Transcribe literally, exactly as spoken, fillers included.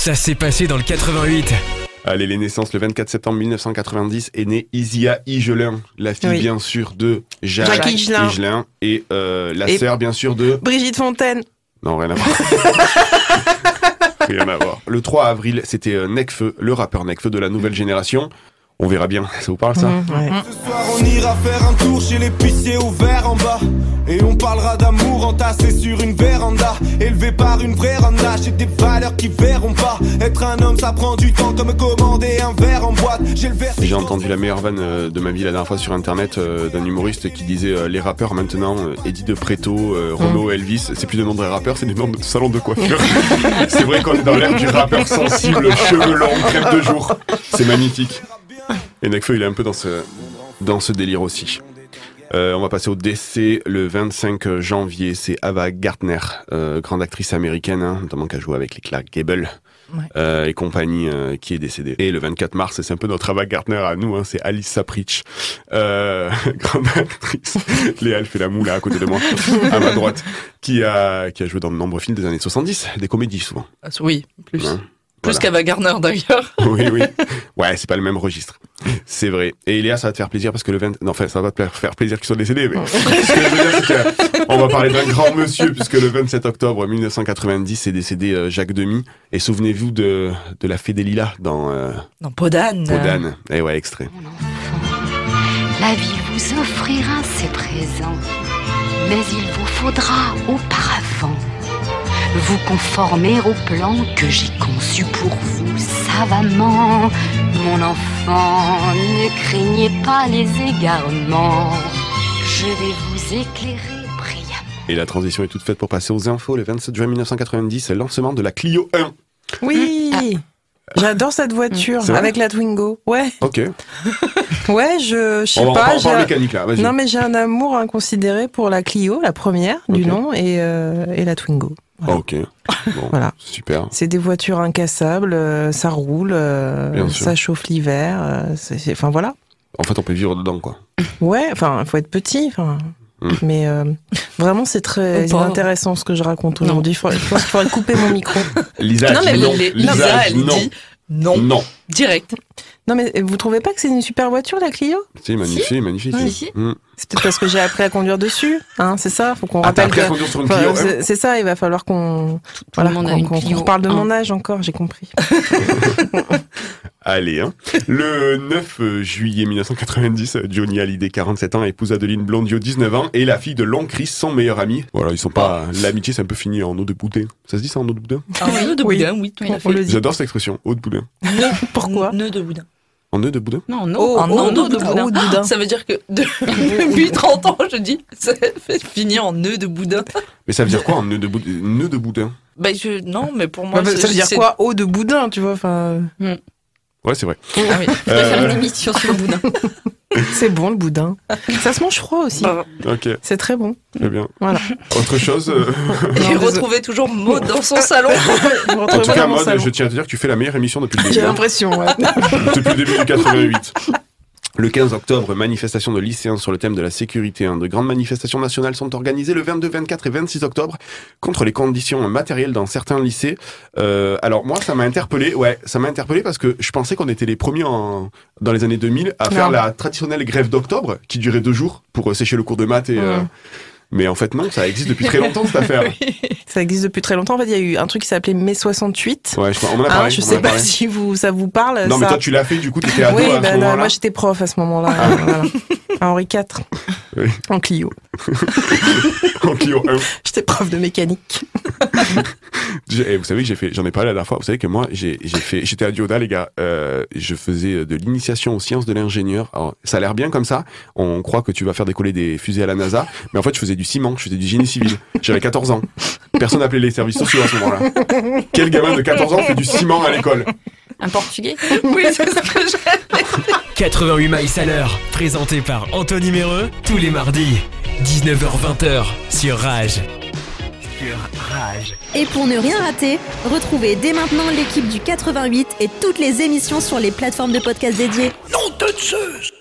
Ça s'est passé dans le quatre-vingt-huit. Allez, les naissances, le vingt-quatre septembre mille neuf cent quatre-vingt-dix est née Isia Higelin, la fille Oui. bien sûr de Jacques, Jacques Higelin. Higelin et euh, la Et- sœur bien sûr de... Brigitte Fontaine. Non, rien à voir. Rien à voir. Le trois avril, c'était euh, Nekfeu, le rappeur Nekfeu de la nouvelle génération. On verra bien, ça vous parle ça ? Mmh, ouais. Ce soir on ira faire un tour chez l'épicier au vert en bas. Et on parlera d'amour entassé sur une véranda. Élevé par une vraie rana, j'ai des valeurs qui verront pas. Être un homme ça prend du temps comme commander un verre en boîte. J'ai le verre. J'ai entendu la meilleure vanne euh, de ma vie la dernière fois sur internet euh, d'un humoriste qui disait euh, les rappeurs maintenant, euh, Eddie de Preto, euh, Renaud, Elvis, c'est plus des noms de vrais rappeurs, c'est des noms de salons de coiffure. C'est vrai qu'on est dans l'ère du rappeur sensible, cheveux longs, crêpe de jour. C'est magnifique. Et Nekfeu, il est un peu dans ce, dans ce délire aussi. Euh, on va passer au décès le vingt-cinq janvier. C'est Ava Gardner, euh, grande actrice américaine, hein, notamment qui a joué avec les Clark Gable Ouais. euh, et compagnie, euh, qui est décédée. Et le vingt-quatre mars, c'est un peu notre Ava Gardner à nous, hein, c'est Alice Sapritch, euh, grande actrice. Léa, elle fait la moule là, à côté de moi, à ma droite, qui a, qui a joué dans de nombreux films des années soixante-dix, des comédies souvent. Ah, oui, plus. Hein. Plus Voilà. qu'Ava Gardner d'ailleurs. Oui, oui. Ouais, c'est pas le même registre. C'est vrai. Et Léa, ça va te faire plaisir parce que le vingt... Non, enfin, ça va te faire plaisir qu'ils soient décédés, mais... Ce que je veux dire, c'est qu'on va parler d'un grand monsieur, puisque le vingt-sept octobre mille neuf cent quatre-vingt-dix est décédé euh, Jacques Demy. Et souvenez-vous de, de la Fée des Lilas dans euh, Non, Podane. Podane. Eh ouais, extrait. Mon enfant, la vie vous offrira ses présents, mais il vous faudra auparavant vous conformer au plan que j'ai conçu pour vous savamment. Mon enfant, ne craignez pas les égarements, je vais vous éclairer brillamment. Et la transition est toute faite pour passer aux infos. Le vingt-sept juin mille neuf cent quatre-vingt-dix, c'est le lancement de la Clio un. Oui. J'adore cette voiture C'est vrai avec la Twingo. Ouais. Ok. Ouais, je, je sais On va, pas. on parle j'ai- mécanique là, vas-y. Non, mais j'ai un amour inconsidéré pour la Clio, la première du Ok. nom, et, euh, et la Twingo. Voilà. Ok. Bon, Voilà. super. C'est des voitures incassables, euh, ça roule, euh, Bien sûr. ça chauffe l'hiver. euh, c'est- c'est- Enfin voilà. En fait, on peut vivre dedans, quoi. Ouais, enfin, il faut être petit. Enfin, Mm. mais euh, vraiment, c'est très Ou pas. intéressant ce que je raconte aujourd'hui. Je pense qu'il faudrait couper mon micro. Lisa, Non, dit mais non. les- Lisa, Lisa, elle dit non. dit non. Non. Direct. Non, mais vous trouvez pas que c'est une super voiture, la Clio? C'est magnifique, magnifique. Oui. Si. Mm. C'est peut-être parce que j'ai appris à conduire dessus, hein, c'est ça. Faut qu'on Ah, t'as rappelle appris à que. conduire sur une Enfin, Clio un. c'est c'est ça, il va falloir qu'on Tout le monde a qu'on- une qu'on- Clio qu'on reparle de un. mon âge encore, j'ai compris. Allez, hein. Le neuf juillet mille neuf cent quatre-vingt-dix, Johnny Hallyday, quarante-sept ans, épouse Adeline Blondio, dix-neuf ans, et la fille de Long Chris, son meilleur ami. Voilà, ils sont pas... L'amitié, c'est un peu fini en eau de boudin. Ça se dit ça en eau de boudin? Un nœud de Oui. boudin, oui, tout à On fait. le dit. J'adore cette expression, eau de boudin. Pourquoi? Nœud de boudin. En nœud de boudin? Non, non, Oh, un oh, nœud de oh, boudin. oh, de boudin. Ça veut dire que de- depuis trente ans, je dis, ça fait fini en nœud de boudin. Mais ça veut dire quoi, en nœud de boudin? Nœud de boudin? Bah, je, non, mais pour moi, Ouais, bah, c'est- ça veut dire c'est- quoi? Eau de boudin, tu vois, enfin. Ouais, c'est vrai. Ah oui. On va faire Euh, une émission sur le boudin. C'est bon le boudin. Ça se mange froid aussi. Bah, Ok, C'est très bon. très bien. Voilà. Autre chose euh, J'ai Non, retrouvé toujours Maud dans son salon. Vous En retrouvez tout cas, dans mon Maud, salon. je tiens à te dire que tu fais la meilleure émission depuis le J'ai début. hein. l'impression, ouais. Depuis le début du quatre-vingt-huit. Le quinze octobre, manifestation de lycéens sur le thème de la sécurité. hein. De grandes manifestations nationales sont organisées le vingt-deux, vingt-quatre et vingt-six octobre contre les conditions matérielles dans certains lycées. Euh, alors moi, ça m'a interpellé. Ouais, ça m'a interpellé parce que je pensais qu'on était les premiers en, dans les années deux mille à faire Non. la traditionnelle grève d'octobre qui durait deux jours pour euh, sécher le cours de maths. Et, euh, Mm. mais en fait non, ça existe depuis très longtemps cette affaire. Ça existe depuis très longtemps. En fait, il y a eu un truc qui s'appelait mai soixante-huit. Ouais, je, on en a Hein, parlé. je on en sais a pas parlé. si vous, ça vous parle. Non, mais ça... toi tu l'as fait, du coup tu étais ado Oui, à ce ben, non, moment-là. moi j'étais prof à ce moment-là. Ah. euh, voilà. À Henri quatre. Oui. En Clio. En Clio un. J'étais prof de mécanique. J'ai- eh, vous savez que j'ai fait, j'en ai parlé la dernière fois. Vous savez que moi, j'ai, j'ai fait, j'étais à Dioda, les gars. Euh, je faisais de l'initiation aux sciences de l'ingénieur. Alors, ça a l'air bien comme ça. On croit que tu vas faire décoller des fusées à la NASA, mais en fait, je faisais du ciment, je faisais du génie civil. J'avais quatorze ans. Personne n'appelait les services sociaux à ce moment-là. Quel gamin de quatorze ans fait du ciment à l'école? Un portugais? Oui, c'est ce que j'ai. quatre-vingt-huit miles à l'heure, présenté par Anthony Méreux, tous les mardis, dix-neuf heures vingt sur Rage. Sur Rage. Et pour ne rien rater, retrouvez dès maintenant l'équipe du quatre-vingt-huit et toutes les émissions sur les plateformes de podcast dédiées. Non de Zeus!